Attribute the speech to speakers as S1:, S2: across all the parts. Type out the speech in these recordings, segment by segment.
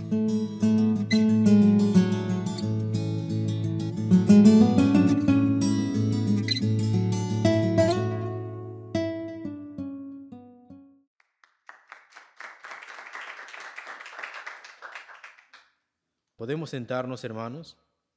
S1: ¿Podemos sentarnos, hermanos?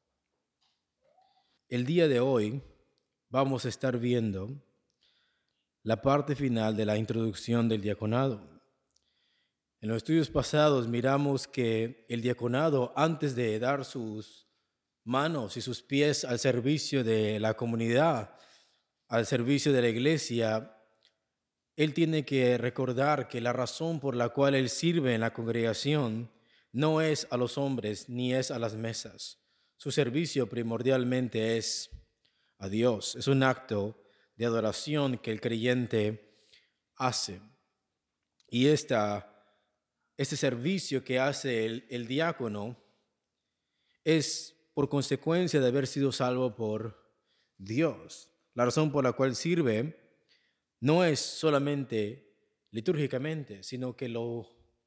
S1: El día de hoy vamos a estar viendo la parte final de la introducción del diaconado. En los estudios pasados miramos que el diaconado, antes de dar sus manos y sus pies al servicio de la comunidad, al servicio de la iglesia, él tiene que recordar que la razón por la cual él sirve en la congregación no es a los hombres ni es a las mesas. Su servicio primordialmente es a Dios. Es un acto de adoración que el creyente hace. Y este servicio que hace el diácono es por consecuencia de haber sido salvo por Dios. La razón por la cual sirve no es solamente litúrgicamente, sino que lo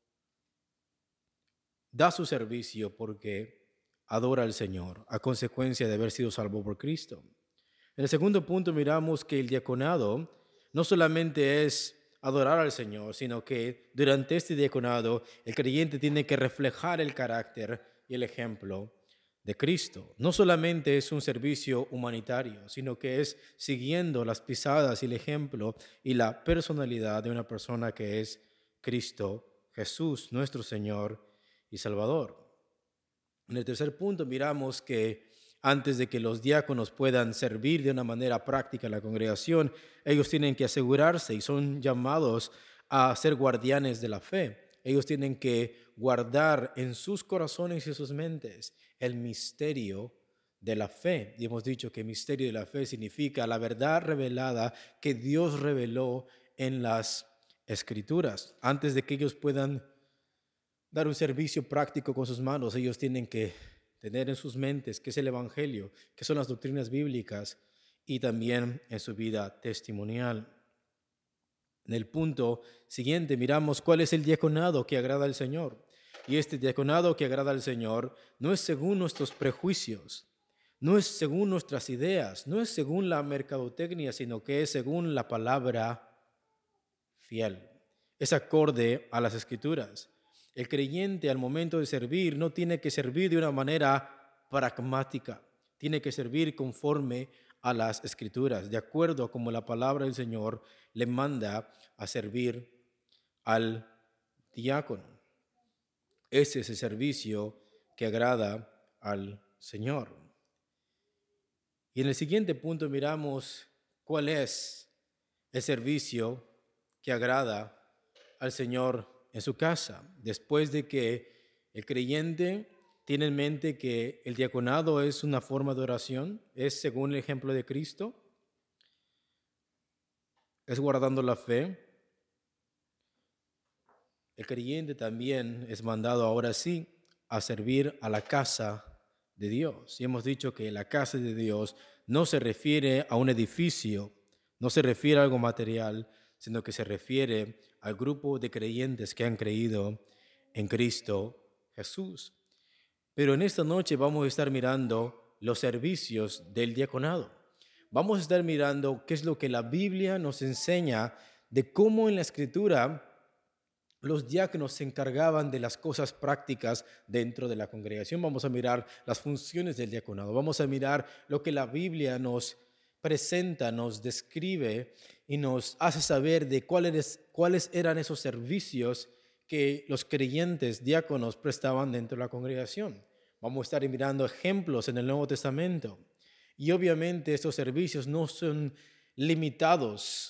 S1: da su servicio porque adora al Señor a consecuencia de haber sido salvo por Cristo. En el segundo punto miramos que el diaconado no solamente es adorar al Señor, sino que durante este diaconado el creyente tiene que reflejar el carácter y el ejemplo de Cristo. No solamente es un servicio humanitario, sino que es siguiendo las pisadas y el ejemplo y la personalidad de una persona que es Cristo Jesús, nuestro Señor y Salvador. En el tercer punto miramos que antes de que los diáconos puedan servir de una manera práctica a la congregación, ellos tienen que asegurarse y son llamados a ser guardianes de la fe. Ellos tienen que guardar en sus corazones y sus mentes el misterio de la fe. Y hemos dicho que misterio de la fe significa la verdad revelada que Dios reveló en las Escrituras. Antes de que ellos puedan dar un servicio práctico con sus manos, ellos tienen que tener en sus mentes qué es el Evangelio, qué son las doctrinas bíblicas y también en su vida testimonial. En el punto siguiente miramos cuál es el diaconado que agrada al Señor. Y este diaconado que agrada al Señor no es según nuestros prejuicios, no es según nuestras ideas, no es según la mercadotecnia, sino que es según la palabra fiel. Es acorde a las Escrituras. El creyente al momento de servir no tiene que servir de una manera pragmática, tiene que servir conforme a las Escrituras, de acuerdo a como la palabra del Señor le manda a servir al diácono. Ese es el servicio que agrada al Señor. Y en el siguiente punto miramos cuál es el servicio que agrada al Señor en su casa. Después de que el creyente tiene en mente que el diaconado es una forma de oración, es según el ejemplo de Cristo, es guardando la fe. El creyente también es mandado ahora sí a servir a la casa de Dios. Y hemos dicho que la casa de Dios no se refiere a un edificio, no se refiere a algo material, sino que se refiere al grupo de creyentes que han creído en Cristo Jesús. Pero en esta noche vamos a estar mirando los servicios del diaconado. Vamos a estar mirando qué es lo que la Biblia nos enseña de cómo en la Escritura los diáconos se encargaban de las cosas prácticas dentro de la congregación. Vamos a mirar las funciones del diaconado. Vamos a mirar lo que la Biblia nos presenta, nos describe y nos hace saber de cuáles eran esos servicios que los creyentes diáconos prestaban dentro de la congregación. Vamos a estar mirando ejemplos en el Nuevo Testamento. Y obviamente estos servicios no son limitados.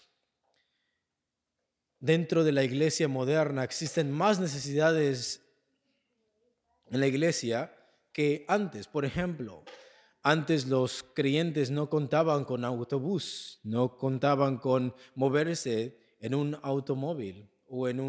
S1: Dentro de la iglesia moderna existen más necesidades en la iglesia que antes. Por ejemplo, antes los creyentes no contaban con autobús, no contaban con moverse en un automóvil o en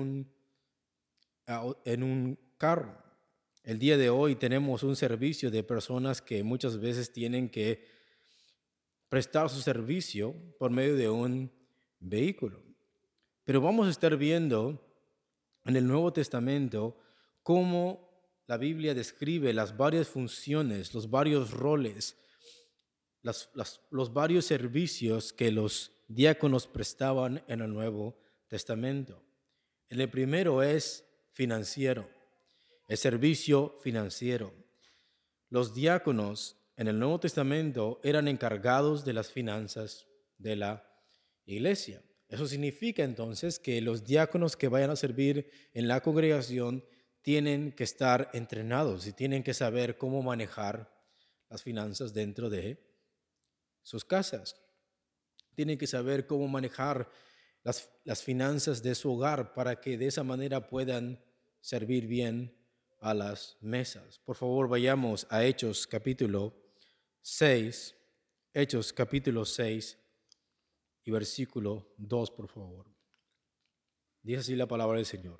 S1: un carro. El día de hoy tenemos un servicio de personas que muchas veces tienen que prestar su servicio por medio de un vehículo. Pero vamos a estar viendo en el Nuevo Testamento cómo la Biblia describe las varias funciones, los varios roles, los varios servicios que los diáconos prestaban en el Nuevo Testamento. El primero es financiero, el servicio financiero. Los diáconos en el Nuevo Testamento eran encargados de las finanzas de la iglesia. Eso significa entonces que los diáconos que vayan a servir en la congregación tienen que estar entrenados y tienen que saber cómo manejar las finanzas dentro de sus casas. Tienen que saber cómo manejar las finanzas de su hogar para que de esa manera puedan servir bien a las mesas. Por favor, vayamos a Hechos capítulo 6. Hechos capítulo 6 y versículo 2, por favor. Dice así la palabra del Señor.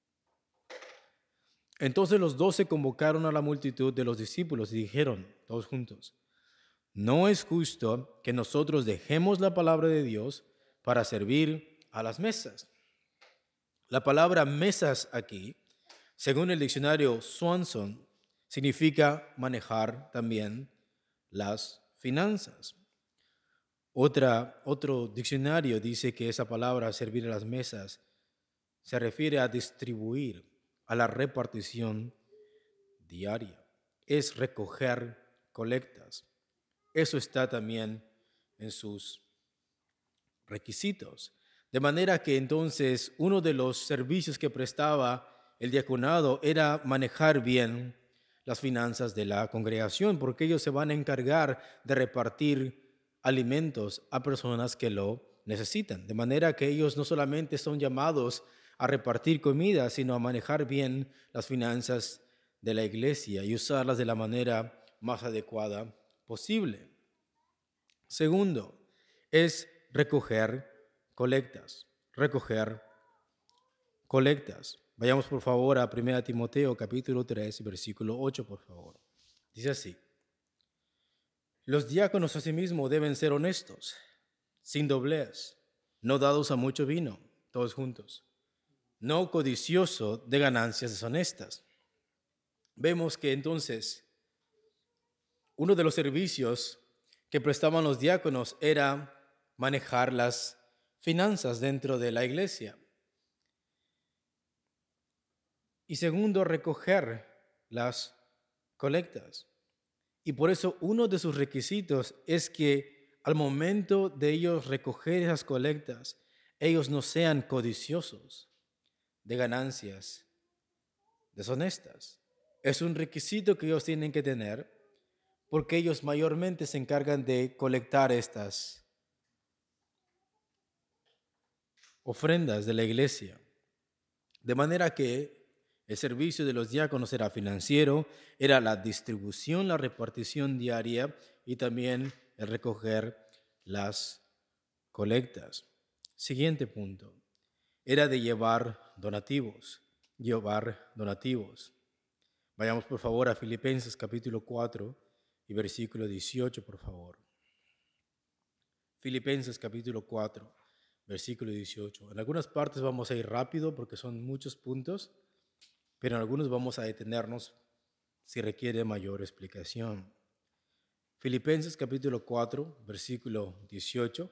S1: Entonces los 12 convocaron a la multitud de los discípulos y dijeron, todos juntos, no es justo que nosotros dejemos la palabra de Dios para servir a las mesas. La palabra mesas aquí, según el diccionario Swanson, significa manejar también las finanzas. Otro diccionario dice que esa palabra, servir a las mesas, se refiere a distribuir, a la repartición diaria. Es recoger colectas. Eso está también en sus requisitos. De manera que entonces uno de los servicios que prestaba el diaconado era manejar bien las finanzas de la congregación, porque ellos se van a encargar de repartir alimentos a personas que lo necesitan. De manera que ellos no solamente son llamados a repartir comida, sino a manejar bien las finanzas de la iglesia y usarlas de la manera más adecuada posible. Segundo, es recoger colectas. Recoger colectas. Vayamos por favor a 1 Timoteo capítulo 3, versículo 8, por favor. Dice así. Los diáconos asimismo deben ser honestos, sin doblez, no dados a mucho vino, todos juntos, no codicioso de ganancias deshonestas. Vemos que entonces uno de los servicios que prestaban los diáconos era manejar las finanzas dentro de la iglesia. Y segundo, recoger las colectas. Y por eso uno de sus requisitos es que al momento de ellos recoger esas colectas, ellos no sean codiciosos de ganancias deshonestas. Es un requisito que ellos tienen que tener porque ellos mayormente se encargan de colectar estas ofrendas de la iglesia. De manera que el servicio de los diáconos era financiero, era la distribución, la repartición diaria y también el recoger las colectas. Siguiente punto, era de llevar donativos. Vayamos por favor a Filipenses capítulo 4 y versículo 18, por favor. Filipenses capítulo 4, versículo 18. En algunas partes vamos a ir rápido porque son muchos puntos, pero en algunos vamos a detenernos si requiere mayor explicación. Filipenses capítulo 4, versículo 18.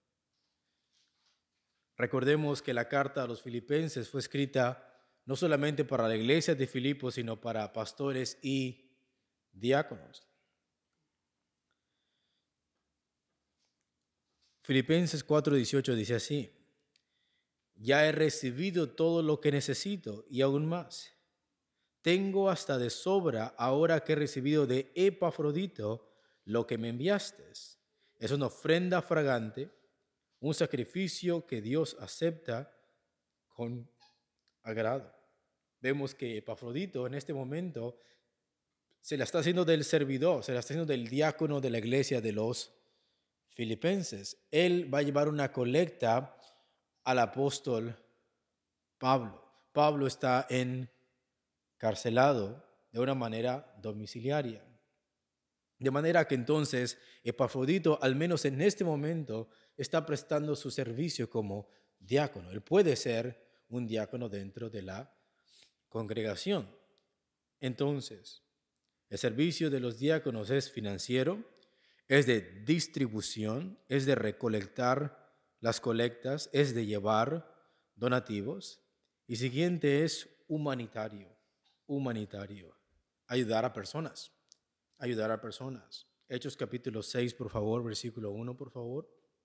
S1: Recordemos que la carta a los filipenses fue escrita no solamente para la iglesia de Filipos, sino para pastores y diáconos. Filipenses 4:18 dice así: ya he recibido todo lo que necesito y aún más. Tengo hasta de sobra ahora que he recibido de Epafrodito lo que me enviaste. Es una ofrenda fragante, un sacrificio que Dios acepta con agrado. Vemos que Epafrodito en este momento se la está haciendo del servidor, se la está haciendo del diácono de la iglesia de los filipenses. Él va a llevar una colecta al apóstol Pablo. Pablo está encarcelado de una manera domiciliaria. De manera que entonces Epafrodito, al menos en este momento, está prestando su servicio como diácono. Él puede ser un diácono dentro de la congregación. Entonces, el servicio de los diáconos es financiero, es de distribución, es de recolectar las colectas, es de llevar donativos. Y siguiente es humanitario, humanitario, ayudar a personas, ayudar a personas. Hechos capítulo 6, por favor, versículo 1, por favor.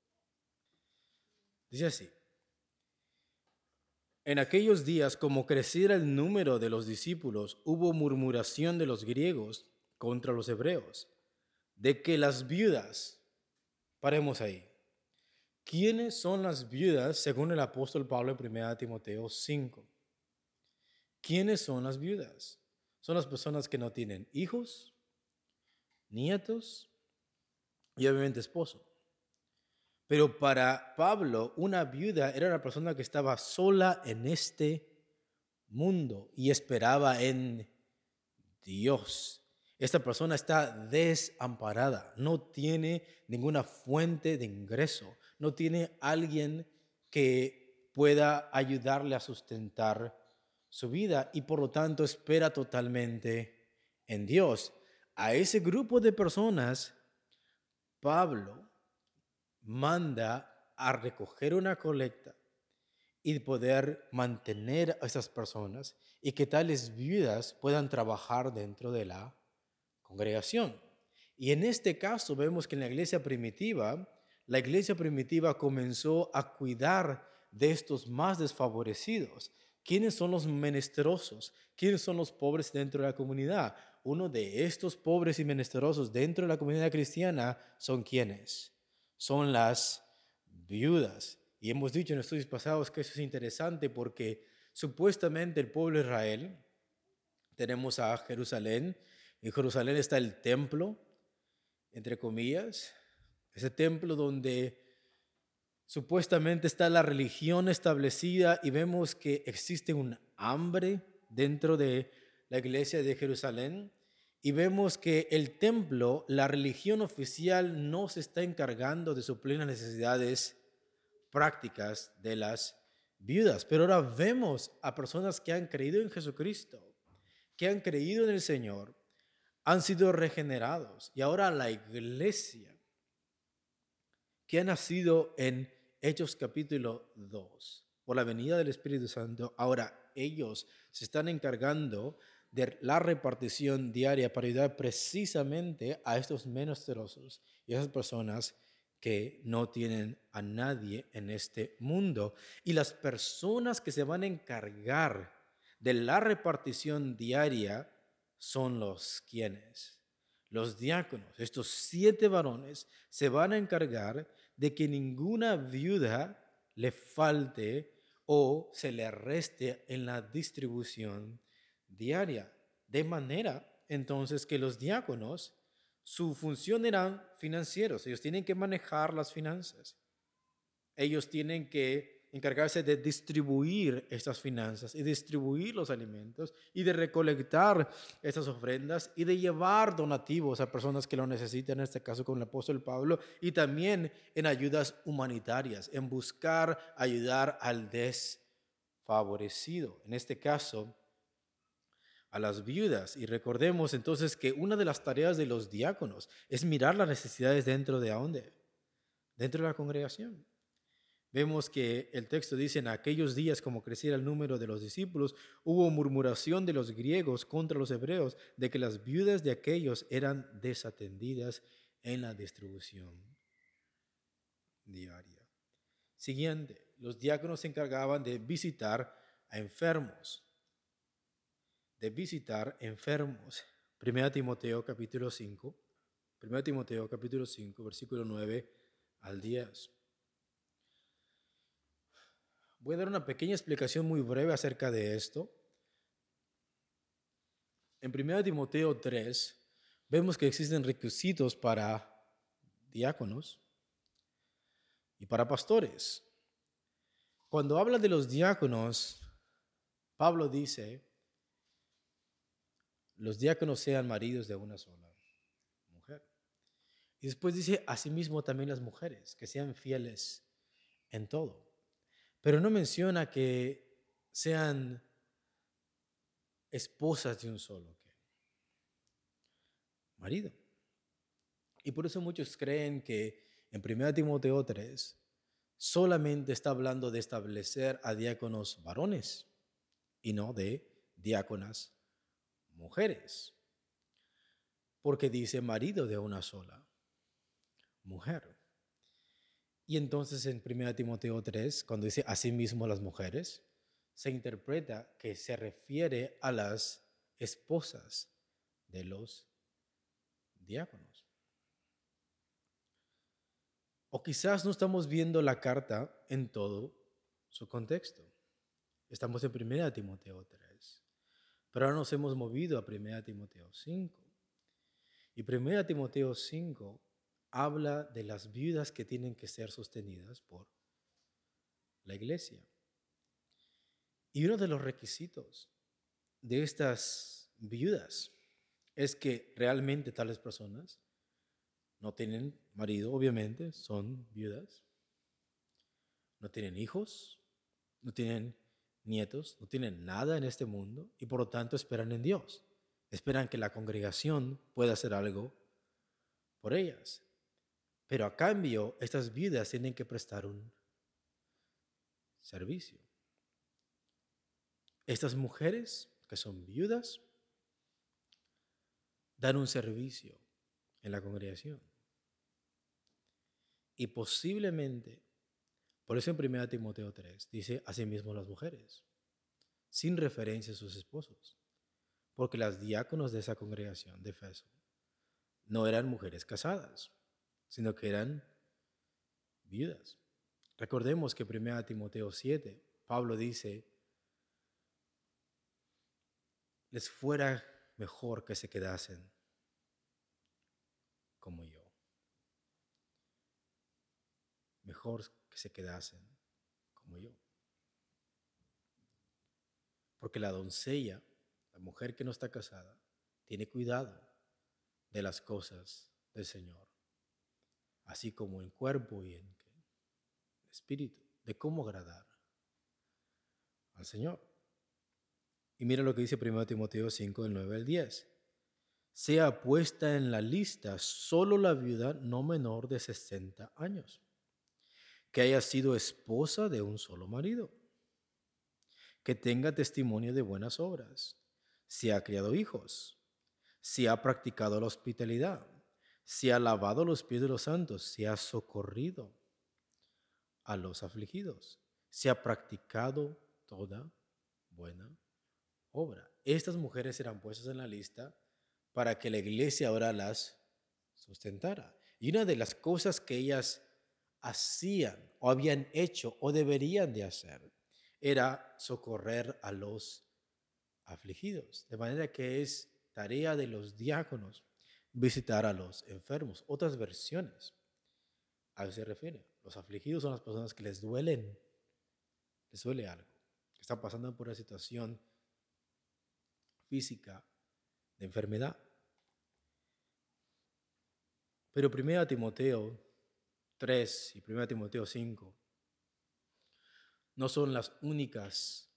S1: Dice así: en aquellos días, como creciera el número de los discípulos, hubo murmuración de los griegos contra los hebreos, de que las viudas, paremos ahí. ¿Quiénes son las viudas según el apóstol Pablo en 1 Timoteo 5? ¿Quiénes son las viudas? Son las personas que no tienen hijos, nietos y obviamente esposo. Pero para Pablo, una viuda era una persona que estaba sola en este mundo y esperaba en Dios. Esta persona está desamparada, no tiene ninguna fuente de ingreso, no tiene alguien que pueda ayudarle a sustentar su vida y por lo tanto espera totalmente en Dios. A ese grupo de personas, Pablo manda a recoger una colecta y poder mantener a esas personas y que tales viudas puedan trabajar dentro de la congregación. Y en este caso vemos que en la iglesia primitiva comenzó a cuidar de estos más desfavorecidos. ¿Quiénes son los menesterosos? ¿Quiénes son los pobres dentro de la comunidad? Uno de estos pobres y menesterosos dentro de la comunidad cristiana son ¿quiénes? Son las viudas. Y hemos dicho en estudios pasados que eso es interesante porque supuestamente el pueblo de Israel, tenemos a Jerusalén. En Jerusalén está el templo, entre comillas, ese templo donde supuestamente está la religión establecida y vemos que existe un hambre dentro de la iglesia de Jerusalén y vemos que el templo, la religión oficial, no se está encargando de suplir las necesidades prácticas de las viudas. Pero ahora vemos a personas que han creído en Jesucristo, que han creído en el Señor, han sido regenerados. Y ahora la iglesia que ha nacido en Hechos capítulo 2, por la venida del Espíritu Santo, ahora ellos se están encargando de la repartición diaria para ayudar precisamente a estos menesterosos y a esas personas que no tienen a nadie en este mundo. Y las personas que se van a encargar de la repartición diaria son los quienes. Los diáconos, estos 7 varones, se van a encargar de que ninguna viuda le falte o se le reste en la distribución diaria. De manera entonces que los diáconos, su función eran financieros. Ellos tienen que manejar las finanzas. Ellos tienen que encargarse de distribuir estas finanzas y distribuir los alimentos y de recolectar estas ofrendas y de llevar donativos a personas que lo necesitan, en este caso con el apóstol Pablo, y también en ayudas humanitarias, en buscar ayudar al desfavorecido, en este caso a las viudas. Y recordemos entonces que una de las tareas de los diáconos es mirar las necesidades dentro de ¿dónde? Dentro de la congregación. Vemos que el texto dice: en aquellos días, como creciera el número de los discípulos, hubo murmuración de los griegos contra los hebreos de que las viudas de aquellos eran desatendidas en la distribución diaria. Siguiente, los diáconos se encargaban de visitar a enfermos, de visitar enfermos. 1 Timoteo capítulo 5, 1 Timoteo capítulo 5, versículo 9 al 10. Voy a dar una pequeña explicación muy breve acerca de esto. En 1 Timoteo 3 vemos que existen requisitos para diáconos y para pastores. Cuando habla de los diáconos, Pablo dice: los diáconos sean maridos de una sola mujer. Y después dice: asimismo también las mujeres, que sean fieles en todo. Pero no menciona que sean esposas de un solo. marido. Y por eso muchos creen que en 1 Timoteo 3 solamente está hablando de establecer a diáconos varones y no de diáconas mujeres, porque dice marido de una sola mujer. Y entonces en 1 Timoteo 3, cuando dice asimismo las mujeres, se interpreta que se refiere a las esposas de los diáconos. O quizás no estamos viendo la carta en todo su contexto. Estamos en 1 Timoteo 3, pero ahora nos hemos movido a 1 Timoteo 5. Y 1 Timoteo 5 habla de las viudas que tienen que ser sostenidas por la iglesia. Y uno de los requisitos de estas viudas es que realmente tales personas no tienen marido, obviamente, son viudas, no tienen hijos, no tienen nietos, no tienen nada en este mundo y por lo tanto esperan en Dios. Esperan que la congregación pueda hacer algo por ellas. Pero a cambio, estas viudas tienen que prestar un servicio. Estas mujeres que son viudas dan un servicio en la congregación. Y posiblemente, por eso en 1 Timoteo 3 dice asimismo las mujeres, sin referencia a sus esposos, porque las diáconos de esa congregación de Efeso no eran mujeres casadas, sino que eran viudas. Recordemos que en 1 Timoteo 7, Pablo dice, les fuera mejor que se quedasen como yo. Mejor que se quedasen como yo. Porque la doncella, la mujer que no está casada, tiene cuidado de las cosas del Señor, así como en cuerpo y en espíritu, de cómo agradar al Señor. Y mira lo que dice 1 Timoteo 5, del 9 al 10. Sea puesta en la lista solo la viuda no menor de 60 años, que haya sido esposa de un solo marido, que tenga testimonio de buenas obras, si ha criado hijos, si ha practicado la hospitalidad, si ha lavado los pies de los santos, si ha socorrido a los afligidos, si ha practicado toda buena obra. Estas mujeres serán puestas en la lista para que la iglesia ahora las sustentara. Y una de las cosas que ellas hacían o habían hecho o deberían de hacer era socorrer a los afligidos. De manera que es tarea de los diáconos visitar a los enfermos. Otras versiones a eso se refiere. Los afligidos son las personas que les duele algo, que están pasando por una situación física de enfermedad. Pero 1 Timoteo 3 y 1 Timoteo 5 no son las únicas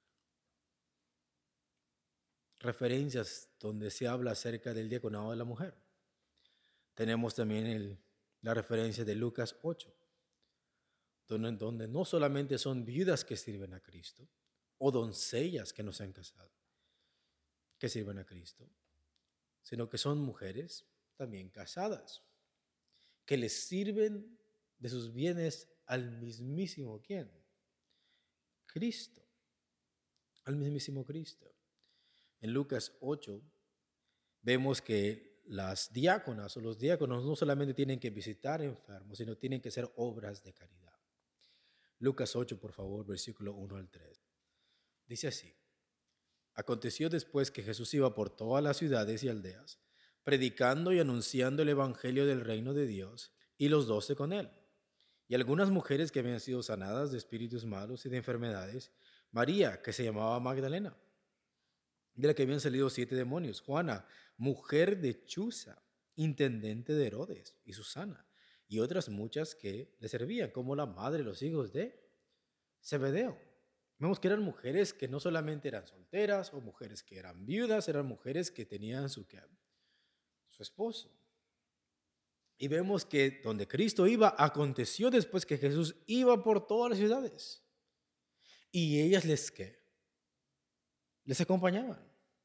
S1: referencias donde se habla acerca del diaconado de la mujer. Tenemos también la referencia de Lucas 8, donde no solamente son viudas que sirven a Cristo, o doncellas que no se han casado, que sirven a Cristo, sino que son mujeres también casadas, que les sirven de sus bienes al mismísimo ¿quién? Cristo, al mismísimo Cristo. En Lucas 8 vemos que las diáconas o los diáconos no solamente tienen que visitar enfermos, sino tienen que hacer obras de caridad. Lucas 8, por favor, versículo 1 al 3. Dice así: Aconteció después que Jesús iba por todas las ciudades y aldeas, predicando y anunciando el evangelio del reino de Dios, y los 12 con él. Y algunas mujeres que habían sido sanadas de espíritus malos y de enfermedades, María, que se llamaba Magdalena, de la que habían salido 7 demonios, Juana, mujer de Chuza, intendente de Herodes, y Susana, y otras muchas que le servían, como la madre de los hijos de Zebedeo. Vemos que eran mujeres que no solamente eran solteras o mujeres que eran viudas, eran mujeres que tenían su su esposo. Y vemos que donde Cristo iba, aconteció después que Jesús iba por todas las ciudades. Y ellas ¿qué? Les acompañaban.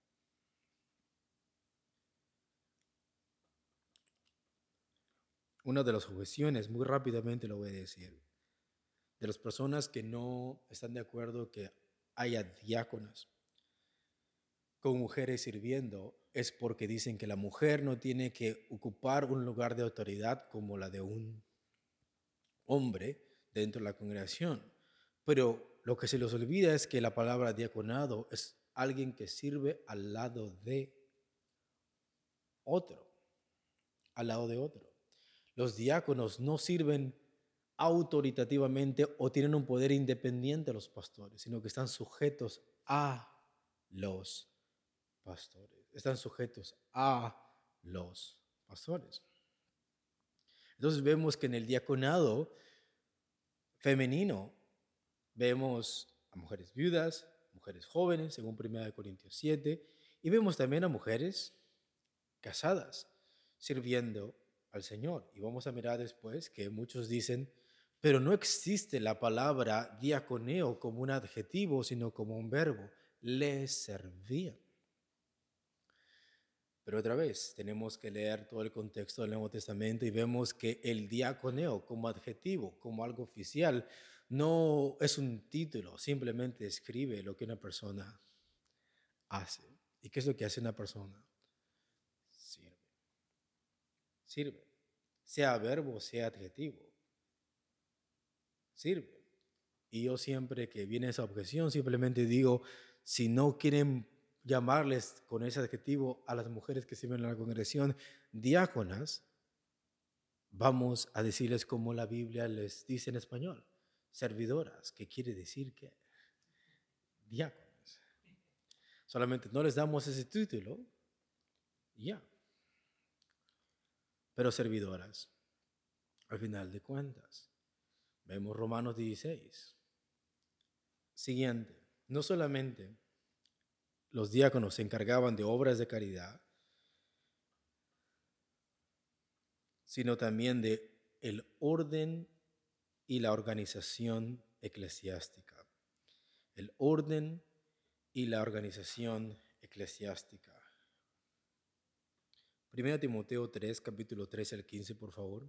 S1: Una de las objeciones, muy rápidamente lo voy a decir, de las personas que no están de acuerdo que haya diáconas con mujeres sirviendo, es porque dicen que la mujer no tiene que ocupar un lugar de autoridad como la de un hombre dentro de la congregación. Pero lo que se les olvida es que la palabra diaconado es alguien que sirve al lado de otro, al lado de otro. Los diáconos no sirven autoritativamente o tienen un poder independiente a los pastores, sino que están sujetos a los pastores. Están sujetos a los pastores. Entonces vemos que en el diaconado femenino vemos a mujeres viudas, mujeres jóvenes, según 1 Corintios 7, y vemos también a mujeres casadas sirviendo al Señor. Y vamos a mirar después que muchos dicen, pero no existe la palabra diaconeo como un adjetivo, sino como un verbo. Les servían. Pero otra vez, tenemos que leer todo el contexto del Nuevo Testamento y vemos que el diaconeo como adjetivo, como algo oficial, no es un título, simplemente describe lo que una persona hace. ¿Y qué es lo que hace una persona? Sirve. Sirve. Sea verbo, sea adjetivo. Sirve. Y yo siempre que viene esa objeción, simplemente digo, si no quieren llamarles con ese adjetivo a las mujeres que sirven en la congregación diáconas, vamos a decirles como la Biblia les dice en español, servidoras, que quiere decir que diáconas. Solamente no les damos ese título y ya. Pero servidoras, al final de cuentas. Vemos Romanos 16. Siguiente, no solamente los diáconos se encargaban de obras de caridad, sino también de el orden y la organización eclesiástica. El orden y la organización eclesiástica. 1 Timoteo 3, capítulo 13 al 15, por favor.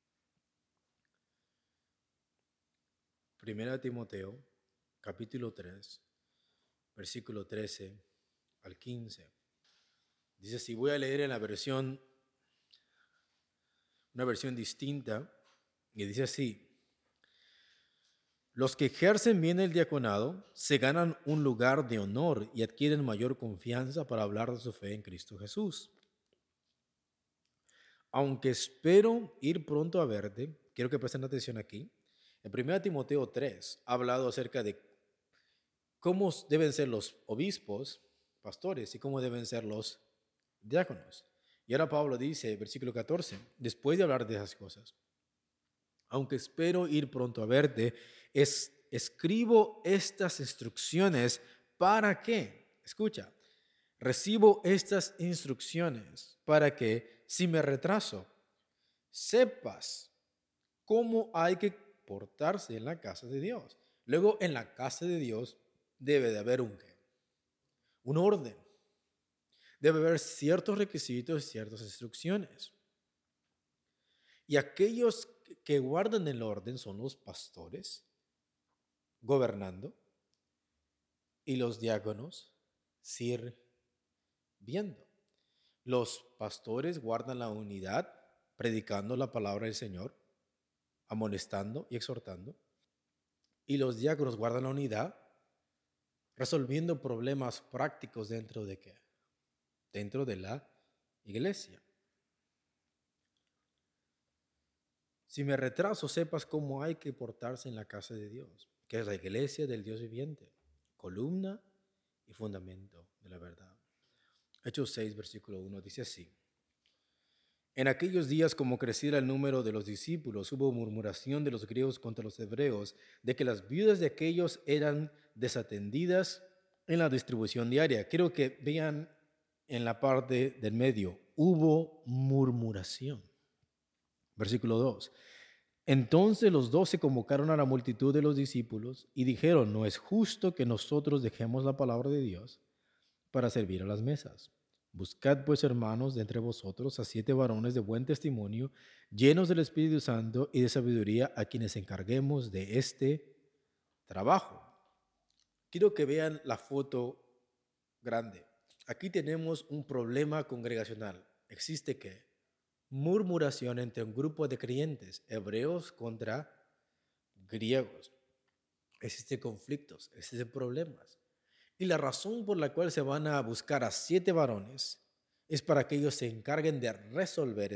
S1: 1 Timoteo, capítulo 3, versículo 13 al 15. Dice, si voy a leer en la versión, una versión distinta, y dice así, los que ejercen bien el diaconado se ganan un lugar de honor y adquieren mayor confianza para hablar de su fe en Cristo Jesús. Aunque espero ir pronto a verte, quiero que presten atención aquí. En 1 Timoteo 3 ha hablado acerca de cómo deben ser los obispos, pastores, y cómo deben ser los diáconos. Y ahora Pablo dice, versículo 14, después de hablar de esas cosas, aunque espero ir pronto a verte, escribo estas instrucciones para que, escucha, recibo estas instrucciones para que, si me retraso, sepas cómo hay que portarse en la casa de Dios. Luego, en la casa de Dios debe de haber un orden. Debe haber ciertos requisitos, ciertas instrucciones. Y aquellos que guardan el orden son los pastores, gobernando, y los diáconos sirviendo. Los pastores guardan la unidad, predicando la palabra del Señor, amonestando y exhortando. Y los diáconos guardan la unidad, resolviendo problemas prácticos dentro de ¿qué? Dentro de la iglesia. Si me retraso, sepas cómo hay que portarse en la casa de Dios, que es la iglesia del Dios viviente, columna y fundamento de la verdad. Hechos 6, versículo 1 dice así. En aquellos días, como creciera el número de los discípulos, hubo murmuración de los griegos contra los hebreos, de que las viudas de aquellos eran desatendidas en la distribución diaria. Quiero que vean en la parte del medio, hubo murmuración. Versículo 2. Entonces los 12 convocaron a la multitud de los discípulos y dijeron, no es justo que nosotros dejemos la palabra de Dios para servir a las mesas. Buscad pues, hermanos, de entre vosotros a 7 varones de buen testimonio, llenos del Espíritu Santo y de sabiduría, a quienes encarguemos de este trabajo. Quiero que vean la foto grande. Aquí tenemos un problema congregacional. ¿Existe qué? Murmuración entre un grupo de creyentes, hebreos contra griegos. Existen conflictos, existen problemas. Y la razón por la cual se van a buscar a 7 varones es para que ellos se encarguen de resolver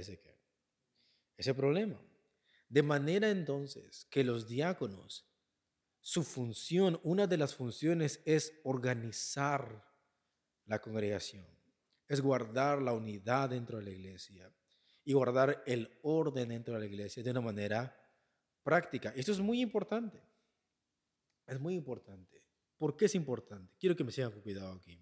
S1: ese problema. De manera entonces que los diáconos, su función, una de las funciones es organizar la congregación, es guardar la unidad dentro de la iglesia y guardar el orden dentro de la iglesia de una manera práctica. Esto es muy importante. Es muy importante. ¿Por qué es importante? Quiero que me sigan con cuidado aquí.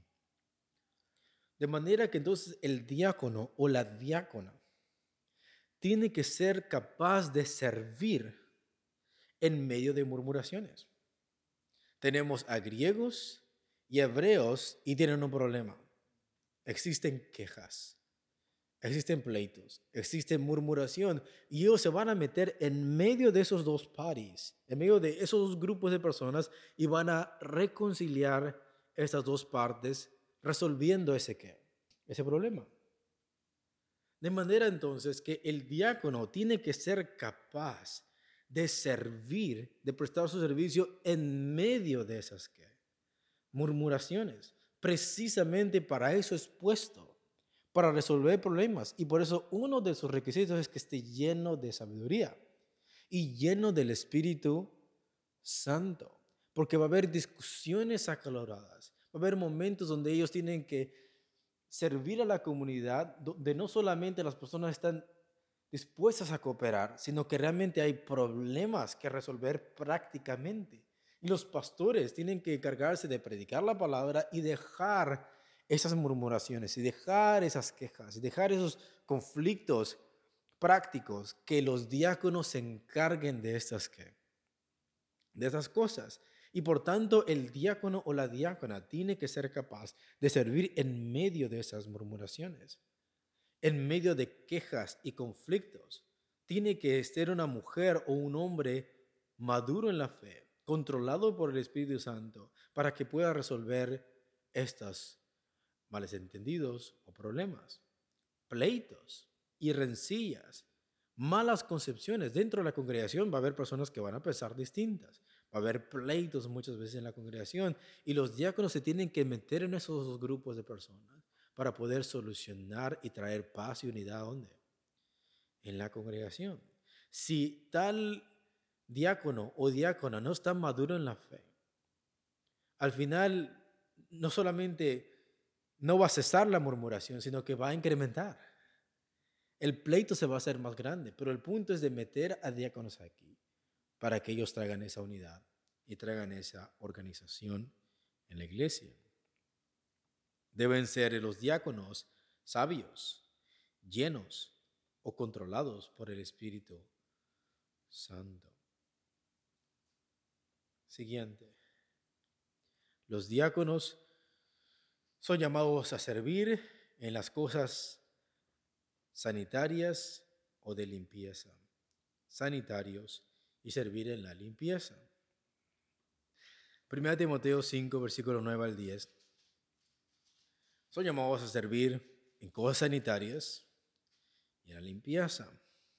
S1: De manera que entonces el diácono o la diácona tiene que ser capaz de servir en medio de murmuraciones. Tenemos a griegos y hebreos y tienen un problema. Existen quejas, existen pleitos, existe murmuración y ellos se van a meter en medio de esos dos parties, en medio de esos dos grupos de personas y van a reconciliar estas dos partes resolviendo ese problema. De manera entonces que el diácono tiene que ser capaz de servir, de prestar su servicio en medio de esas murmuraciones. Precisamente para eso es puesto, para resolver problemas. Y por eso uno de sus requisitos es que esté lleno de sabiduría y lleno del Espíritu Santo. Porque va a haber discusiones acaloradas, va a haber momentos donde ellos tienen que servir a la comunidad, donde no solamente las personas están dispuestas a cooperar, sino que realmente hay problemas que resolver prácticamente. Y los pastores tienen que encargarse de predicar la palabra y dejar esas murmuraciones, y dejar esas quejas, y dejar esos conflictos prácticos, que los diáconos se encarguen de estas cosas. Y por tanto, el diácono o la diácona tiene que ser capaz de servir en medio de esas murmuraciones, en medio de quejas y conflictos. Tiene que ser una mujer o un hombre maduro en la fe, controlado por el Espíritu Santo, para que pueda resolver estos malentendidos o problemas, pleitos y rencillas, malas concepciones. Dentro de la congregación va a haber personas que van a pensar distintas. Va a haber pleitos muchas veces en la congregación y los diáconos se tienen que meter en esos dos grupos de personas para poder solucionar y traer paz y unidad. ¿Dónde? En la congregación. Si tal diácono o diácona no está maduro en la fe, al final no solamente no va a cesar la murmuración, sino que va a incrementar. El pleito se va a hacer más grande, pero el punto es de meter a diáconos aquí para que ellos traigan esa unidad y traigan esa organización en la iglesia. Deben ser los diáconos sabios, llenos o controlados por el Espíritu Santo. Siguiente. Los diáconos son llamados a servir en las cosas sanitarias o de limpieza. Sanitarios y servir en la limpieza. 1 Timoteo 5, versículos 9 al 10. Son llamados a servir en cosas sanitarias y en la limpieza.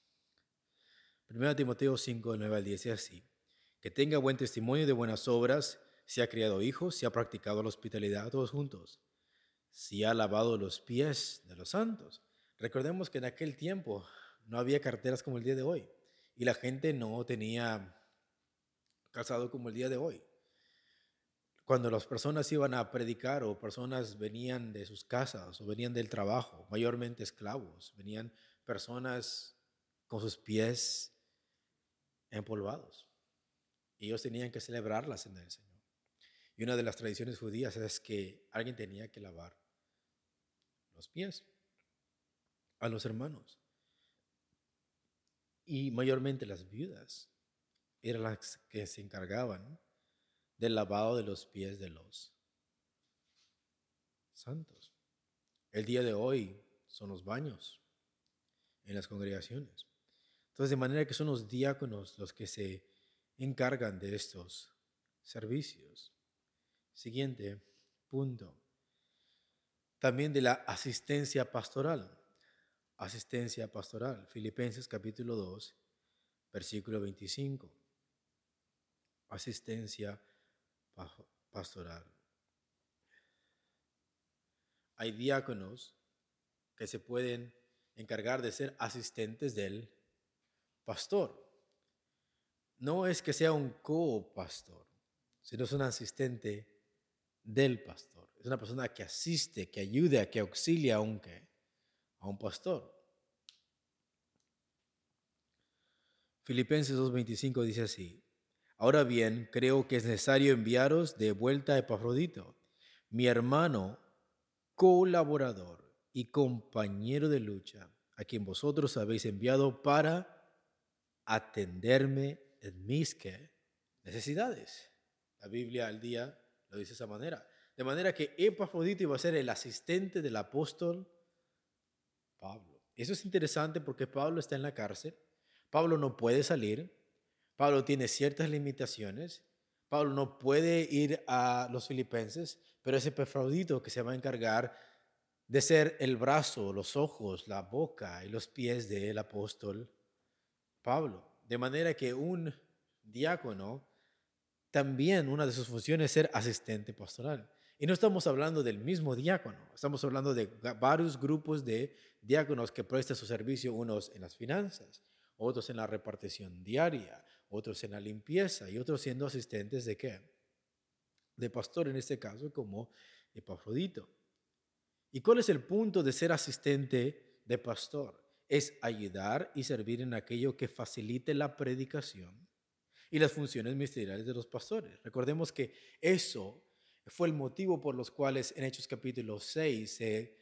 S1: 1 Timoteo 5, 9 al 10 es así: que tenga buen testimonio de buenas obras, si ha criado hijos, si ha practicado la hospitalidad todos juntos, si ha lavado los pies de los santos. Recordemos que en aquel tiempo no había carteras como el día de hoy y la gente no tenía calzado como el día de hoy. Cuando las personas iban a predicar o personas venían de sus casas o venían del trabajo, mayormente esclavos, venían personas con sus pies empolvados. Y ellos tenían que celebrar la cena del Señor. Y una de las tradiciones judías es que alguien tenía que lavar los pies. a los hermanos. Y mayormente las viudas eran las que se encargaban del lavado de los pies de los santos. El día de hoy son los baños en las congregaciones. Entonces, de manera que son los diáconos los que se encargan de estos servicios. Siguiente punto. También de la asistencia pastoral. Asistencia pastoral. Filipenses capítulo 2, versículo 25. Asistencia pastoral. Hay diáconos que se pueden encargar de ser asistentes del pastor. No es que sea un copastor, sino es un asistente del pastor. Es una persona que asiste, que ayuda, que auxilia a un pastor. Filipenses 2:25 dice así: ahora bien, creo que es necesario enviaros de vuelta a Epafrodito, mi hermano, colaborador y compañero de lucha, a quien vosotros habéis enviado para atenderme en mis necesidades. La Biblia al día lo dice de esa manera. De manera que Epafrodito iba a ser el asistente del apóstol Pablo. Eso es interesante porque Pablo está en la cárcel. Pablo no puede salir. Pablo tiene ciertas limitaciones. Pablo no puede ir a los filipenses, pero es Epafrodito que se va a encargar de ser el brazo, los ojos, la boca y los pies del apóstol Pablo. De manera que un diácono, también una de sus funciones es ser asistente pastoral. Y no estamos hablando del mismo diácono, estamos hablando de varios grupos de diáconos que prestan su servicio, unos en las finanzas, otros en la repartición diaria, otros en la limpieza y otros siendo asistentes de ¿qué? De pastor en este caso, como Epafrodito. ¿Y cuál es el punto de ser asistente de pastor? Es ayudar y servir en aquello que facilite la predicación y las funciones ministeriales de los pastores. Recordemos que eso fue el motivo por los cuales en Hechos capítulo 6 se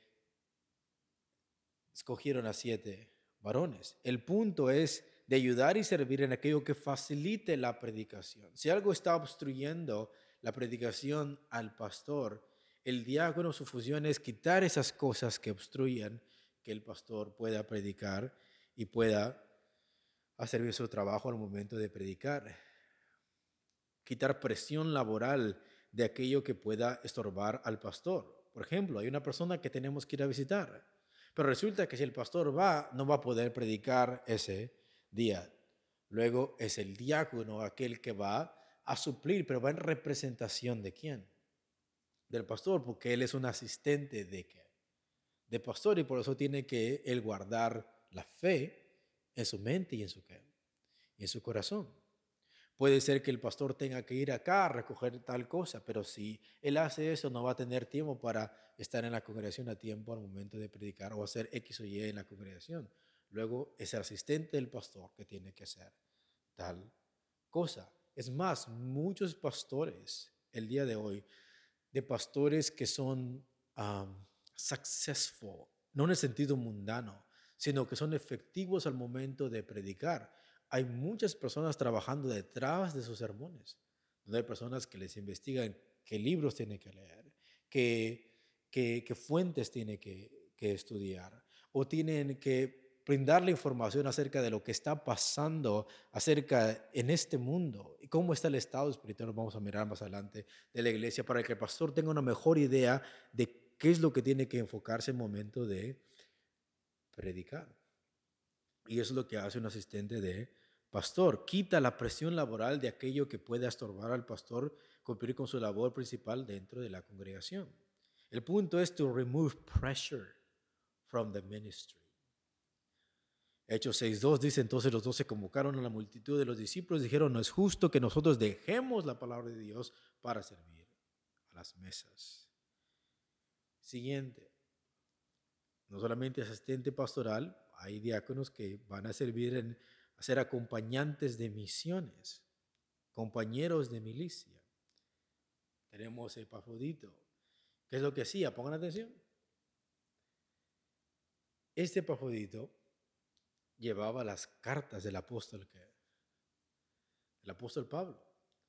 S1: escogieron a 7 varones. El punto es de ayudar y servir en aquello que facilite la predicación. Si algo está obstruyendo la predicación al pastor, el diácono, su función es quitar esas cosas que obstruyan que el pastor pueda predicar y pueda hacer bien su trabajo al momento de predicar. Quitar presión laboral de aquello que pueda estorbar al pastor. Por ejemplo, hay una persona que tenemos que ir a visitar, pero resulta que si el pastor va, no va a poder predicar ese día. Luego es el diácono aquel que va a suplir, pero va en representación de quién? Del pastor, porque él es un asistente de qué? De pastor, y por eso tiene que él guardar la fe en su mente y en su qué? Y en su corazón. Puede ser que el pastor tenga que ir acá a recoger tal cosa, pero si él hace eso no va a tener tiempo para estar en la congregación a tiempo al momento de predicar o hacer X o Y en la congregación. Luego es el asistente del pastor que tiene que hacer tal cosa. Es más, muchos pastores el día de hoy, de pastores que son successful, no en el sentido mundano, sino que son efectivos al momento de predicar. Hay muchas personas trabajando detrás de sus sermones, donde hay personas que les investigan qué libros tienen que leer, qué fuentes tienen que estudiar, o tienen que brindarle información acerca de lo que está pasando acerca en este mundo y cómo está el estado espiritual, vamos a mirar más adelante, de la iglesia, para que el pastor tenga una mejor idea de qué es lo que tiene que enfocarse en el momento de predicar. Y eso es lo que hace un asistente de pastor. Quita la presión laboral de aquello que pueda estorbar al pastor cumplir con su labor principal dentro de la congregación. El punto es to remove pressure from the ministry. Hechos 6:2 dice: entonces los 12 convocaron a la multitud de los discípulos y dijeron: no es justo que nosotros dejemos la palabra de Dios para servir a las mesas. Siguiente. No solamente asistente pastoral, hay diáconos que van a servir a ser acompañantes de misiones, compañeros de milicia. Tenemos a Epafrodito. ¿Qué es lo que hacía? Pongan atención. este Epafrodito llevaba las cartas del apóstol Pablo.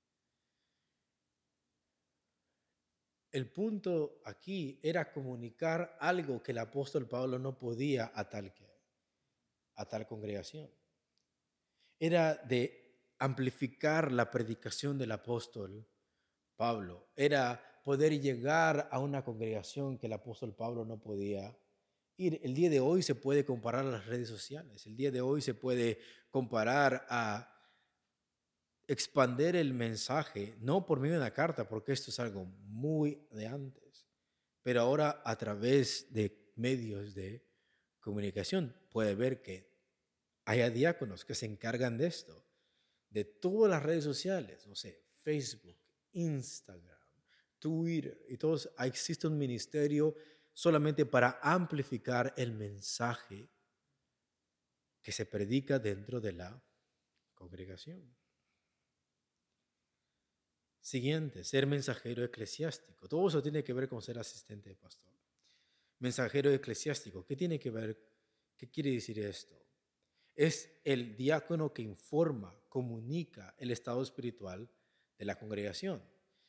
S1: El punto aquí era comunicar algo que el apóstol Pablo no podía a tal congregación. Era de amplificar la predicación del apóstol Pablo. Era poder llegar a una congregación que el apóstol Pablo no podía ir. El día de hoy se puede comparar a las redes sociales. El día de hoy se puede comparar a expander el mensaje, no por medio de una carta, porque esto es algo muy de antes, pero ahora a través de medios de comunicación puede ver que hay diáconos que se encargan de esto, de todas las redes sociales, no sé, Facebook, Instagram, Twitter, y todos, existe un ministerio solamente para amplificar el mensaje que se predica dentro de la congregación. Siguiente, ser mensajero eclesiástico. Todo eso tiene que ver con ser asistente de pastor. Mensajero eclesiástico, ¿qué tiene que ver? ¿Qué quiere decir esto? Es el diácono que informa, comunica el estado espiritual de la congregación.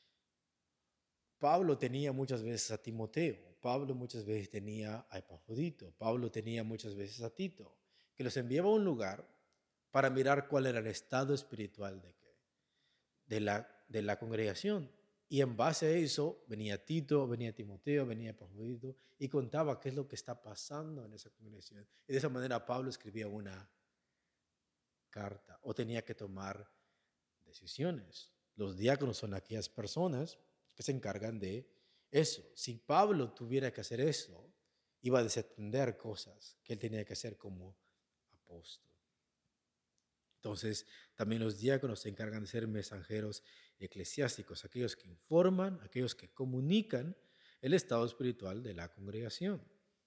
S1: Pablo tenía muchas veces a Timoteo, Pablo muchas veces tenía a Epafrodito, Pablo tenía muchas veces a Tito, que los enviaba a un lugar para mirar cuál era el estado espiritual de la congregación. Y en base a eso venía Tito, venía Timoteo, venía Epafrodito y contaba qué es lo que está pasando en esa congregación. Y de esa manera Pablo escribía una carta o tenía que tomar decisiones. Los diáconos son aquellas personas que se encargan de eso. Si Pablo tuviera que hacer eso, iba a desatender cosas que él tenía que hacer como apóstol. Entonces, también los diáconos se encargan de ser mensajeros eclesiásticos, aquellos que informan, aquellos que comunican el estado espiritual de la congregación.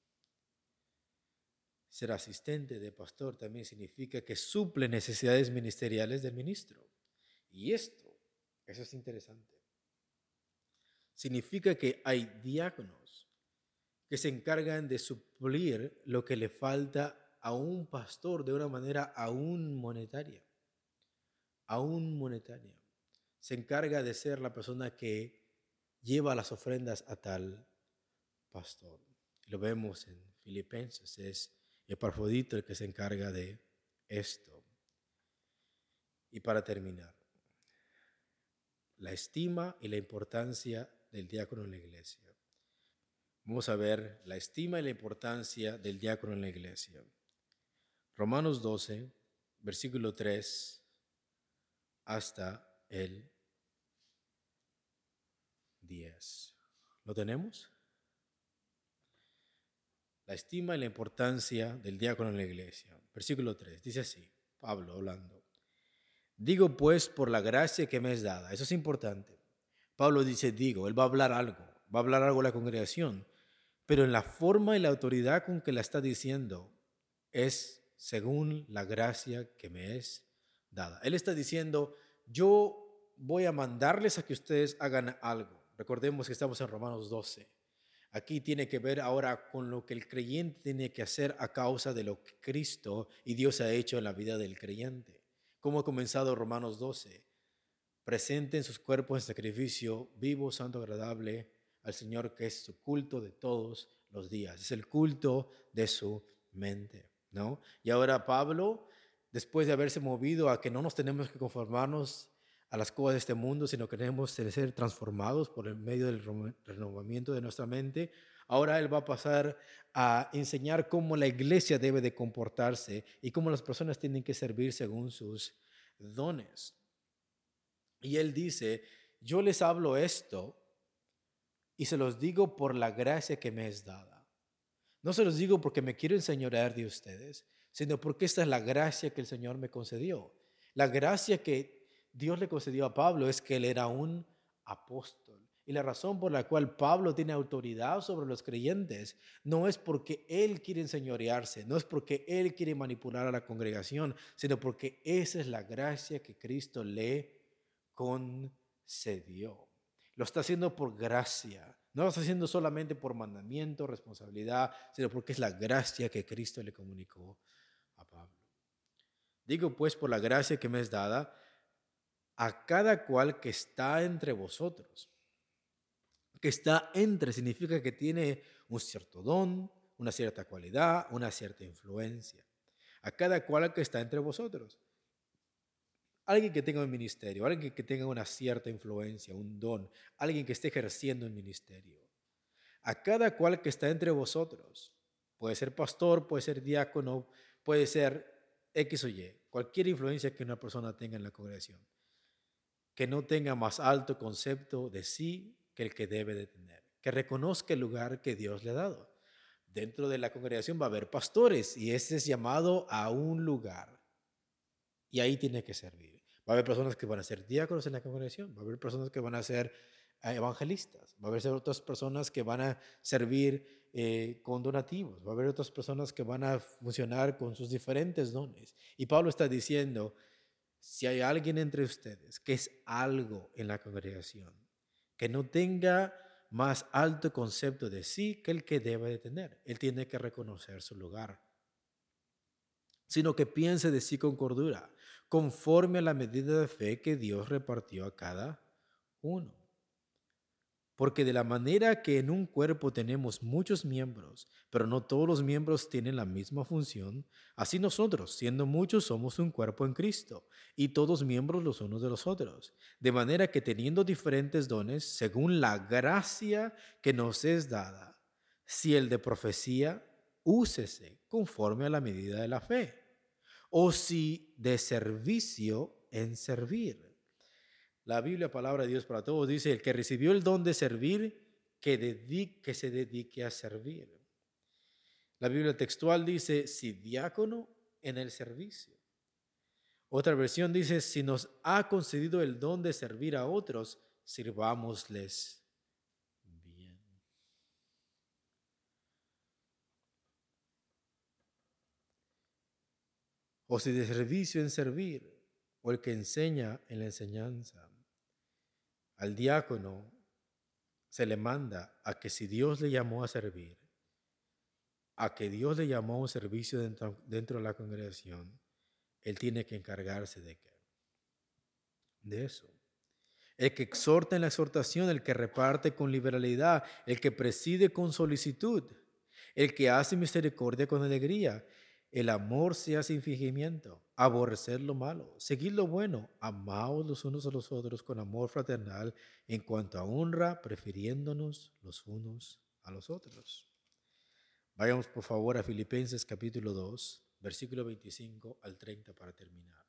S1: Ser asistente de pastor también significa que suple necesidades ministeriales del ministro. Y eso es interesante. Significa que hay diáconos que se encargan de suplir lo que le falta a un pastor de una manera aún monetaria. Aún monetaria. Se encarga de ser la persona que lleva las ofrendas a tal pastor. Lo vemos en Filipenses, es Epafrodito el que se encarga de esto. Y para terminar, la estima y la importancia del diácono en la iglesia. Vamos a ver la estima y la importancia del diácono en la iglesia. Romanos 12, versículo 3 hasta el 10. ¿Lo tenemos? La estima y la importancia del diácono en la iglesia. Versículo 3, dice así, Pablo hablando. Digo pues por la gracia que me es dada. Eso es importante. Pablo dice, él va a hablar algo a la congregación, pero en la forma y la autoridad con que la está diciendo es según la gracia que me es dada. Él está diciendo, yo voy a mandarles a que ustedes hagan algo. Recordemos que estamos en Romanos 12. Aquí tiene que ver ahora con lo que el creyente tiene que hacer a causa de lo que Cristo y Dios ha hecho en la vida del creyente. ¿Cómo ha comenzado Romanos 12? Presenten sus cuerpos en sacrificio vivo, santo, agradable al Señor, que es su culto de todos los días. Es el culto de su mente, ¿no? Y ahora Pablo, después de haberse movido a que no nos tenemos que conformarnos a las cosas de este mundo, sino que tenemos que ser transformados por el medio del renovamiento de nuestra mente, ahora él va a pasar a enseñar cómo la iglesia debe de comportarse y cómo las personas tienen que servir según sus dones. Y él dice, yo les hablo esto y se los digo por la gracia que me es dada. No se los digo porque me quiero enseñorear de ustedes, sino porque esta es la gracia que el Señor me concedió. La gracia que Dios le concedió a Pablo es que él era un apóstol. Y la razón por la cual Pablo tiene autoridad sobre los creyentes no es porque él quiere enseñorearse, no es porque él quiere manipular a la congregación, sino porque esa es la gracia que Cristo le concedió. Lo está haciendo por gracia, No lo está haciendo solamente por mandamiento, responsabilidad, sino porque es la gracia que Cristo le comunicó a Pablo. Digo pues, por la gracia que me es dada, a cada cual que está entre vosotros. Que está entre significa que tiene un cierto don, una cierta cualidad, una cierta influencia. A cada cual que está entre vosotros. Alguien que tenga un ministerio, alguien que tenga una cierta influencia, un don, alguien que esté ejerciendo un ministerio. A cada cual que está entre vosotros. Puede ser pastor, puede ser diácono, puede ser X o Y. Cualquier influencia que una persona tenga en la congregación. Que no tenga más alto concepto de sí que el que debe de tener. Que reconozca el lugar que Dios le ha dado. Dentro de la congregación va a haber pastores y ese es llamado a un lugar. Y ahí tiene que servir. Va a haber personas que van a ser diáconos en la congregación, va a haber personas que van a ser evangelistas, va a haber otras personas que van a servir con donativos, va a haber otras personas que van a funcionar con sus diferentes dones. Y Pablo está diciendo, si hay alguien entre ustedes que es algo en la congregación, que no tenga más alto concepto de sí que el que debe de tener, él tiene que reconocer su lugar, sino que piense de sí con cordura, conforme a la medida de fe que Dios repartió a cada uno. Porque de la manera que en un cuerpo tenemos muchos miembros, pero no todos los miembros tienen la misma función, así nosotros, siendo muchos, somos un cuerpo en Cristo, y todos miembros los unos de los otros. De manera que teniendo diferentes dones, según la gracia que nos es dada, si el de profecía, úsese conforme a la medida de la fe, o si de servicio, en servir. La Biblia, palabra de Dios para todos, dice, el que recibió el don de servir, que se dedique a servir. La Biblia textual dice, si diácono, en el servicio. Otra versión dice, si nos ha concedido el don de servir a otros, sirvámosles bien. O si de servicio en servir, o el que enseña en la enseñanza. Al diácono se le manda a que si Dios le llamó a servir, a que Dios le llamó a un servicio dentro de la congregación, él tiene que encargarse de qué, de eso. El que exhorta en la exhortación, el que reparte con liberalidad, el que preside con solicitud, el que hace misericordia con alegría. El amor sea sin fingimiento, aborrecer lo malo, seguir lo bueno, amaos los unos a los otros con amor fraternal, en cuanto a honra, prefiriéndonos los unos a los otros. Vayamos por favor a Filipenses capítulo 2, versículo 25 al 30 para terminar.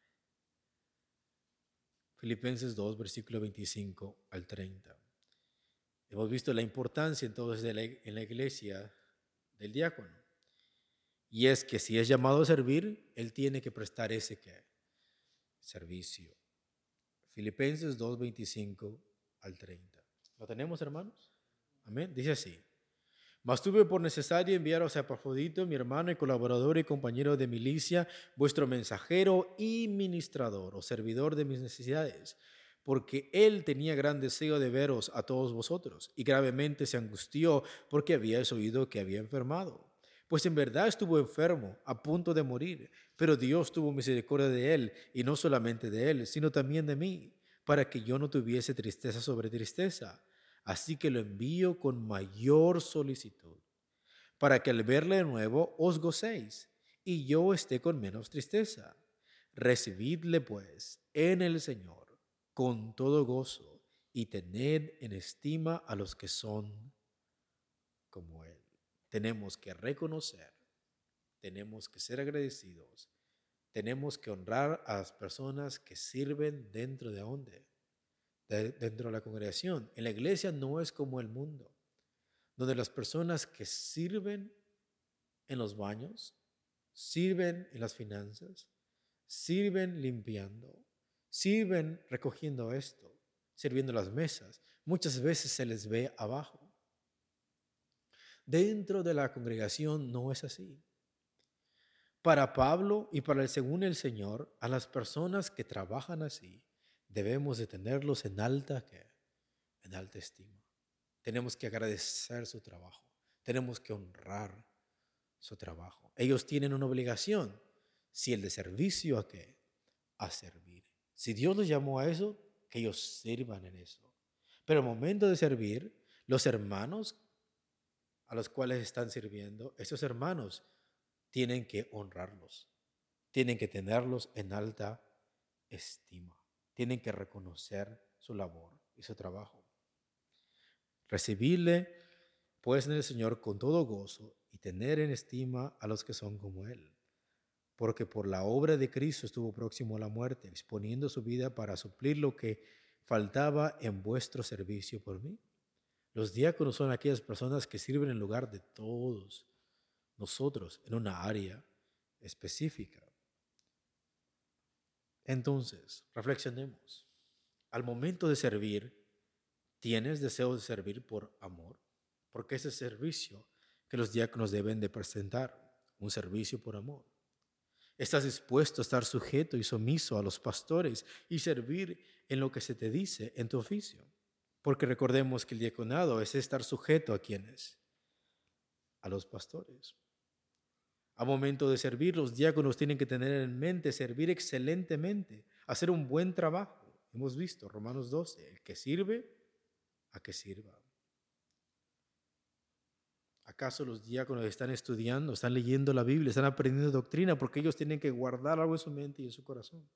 S1: Filipenses 2, versículo 25 al 30. Hemos visto la importancia entonces en la iglesia del diácono. Y es que si es llamado a servir, él tiene que prestar ese ¿qué? Servicio. Filipenses 2, 25 al 30. ¿Lo tenemos, hermanos? Amén. Dice así. Mas tuve por necesario enviaros a Epafrodito, mi hermano y colaborador y compañero de milicia, vuestro mensajero y ministrador o servidor de mis necesidades, porque él tenía gran deseo de veros a todos vosotros, y gravemente se angustió porque habíais oído que había enfermado. Pues en verdad estuvo enfermo, a punto de morir, pero Dios tuvo misericordia de él, y no solamente de él, sino también de mí, para que yo no tuviese tristeza sobre tristeza. Así que lo envío con mayor solicitud, para que al verle de nuevo os gocéis, y yo esté con menos tristeza. Recibidle pues en el Señor con todo gozo, y tened en estima a los que son como Él. Tenemos que reconocer, tenemos que ser agradecidos, tenemos que honrar a las personas que sirven dentro de donde, dentro de la congregación. En la iglesia no es como el mundo, donde las personas que sirven en los baños, sirven en las finanzas, sirven limpiando, sirven recogiendo esto, sirviendo las mesas, muchas veces se les ve abajo. Dentro de la congregación no es así. Para Pablo y para el según el Señor, a las personas que trabajan así, debemos de tenerlos en alta estima. tenemos que agradecer su trabajo, tenemos que honrar su trabajo. Ellos tienen una obligación, si el de servicio, ¿a qué? A servir. Si Dios los llamó a eso, que ellos sirvan en eso. Pero al momento de servir, los hermanos a los cuales están sirviendo, esos hermanos tienen que honrarlos, tienen que tenerlos en alta estima, tienen que reconocer su labor y su trabajo. Recibirle, pues, en el Señor con todo gozo y tener en estima a los que son como Él. Porque por la obra de Cristo estuvo próximo a la muerte, exponiendo su vida para suplir lo que faltaba en vuestro servicio por mí. Los diáconos son aquellas personas que sirven en lugar de todos nosotros en una área específica. Entonces, reflexionemos. Al momento de servir, ¿tienes deseo de servir por amor? Porque ese servicio que los diáconos deben de presentar, un servicio por amor. ¿Estás dispuesto a estar sujeto y sumiso a los pastores y servir en lo que se te dice en tu oficio? Porque recordemos que el diaconado es estar sujeto a quienes, a los pastores. A momento de servir, los diáconos tienen que tener en mente servir excelentemente, hacer un buen trabajo. Hemos visto Romanos 12, el que sirve, a que sirva. ¿Acaso los diáconos están estudiando, están leyendo la Biblia, están aprendiendo doctrina? Porque ellos tienen que guardar algo en su mente y en su corazón.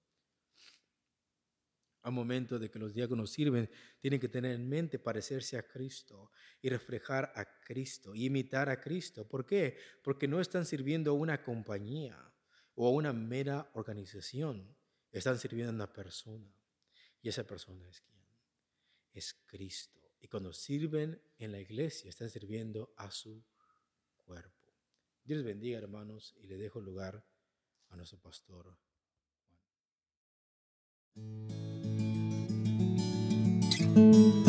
S1: Al momento de que los diáconos sirven, tienen que tener en mente parecerse a Cristo y reflejar a Cristo y imitar a Cristo. ¿Por qué? Porque no están sirviendo a una compañía o a una mera organización. Están sirviendo a una persona. ¿Y esa persona es quién? Es Cristo. Y cuando sirven en la iglesia, están sirviendo a su cuerpo. Dios bendiga, hermanos, y le dejo lugar a nuestro pastor Juan.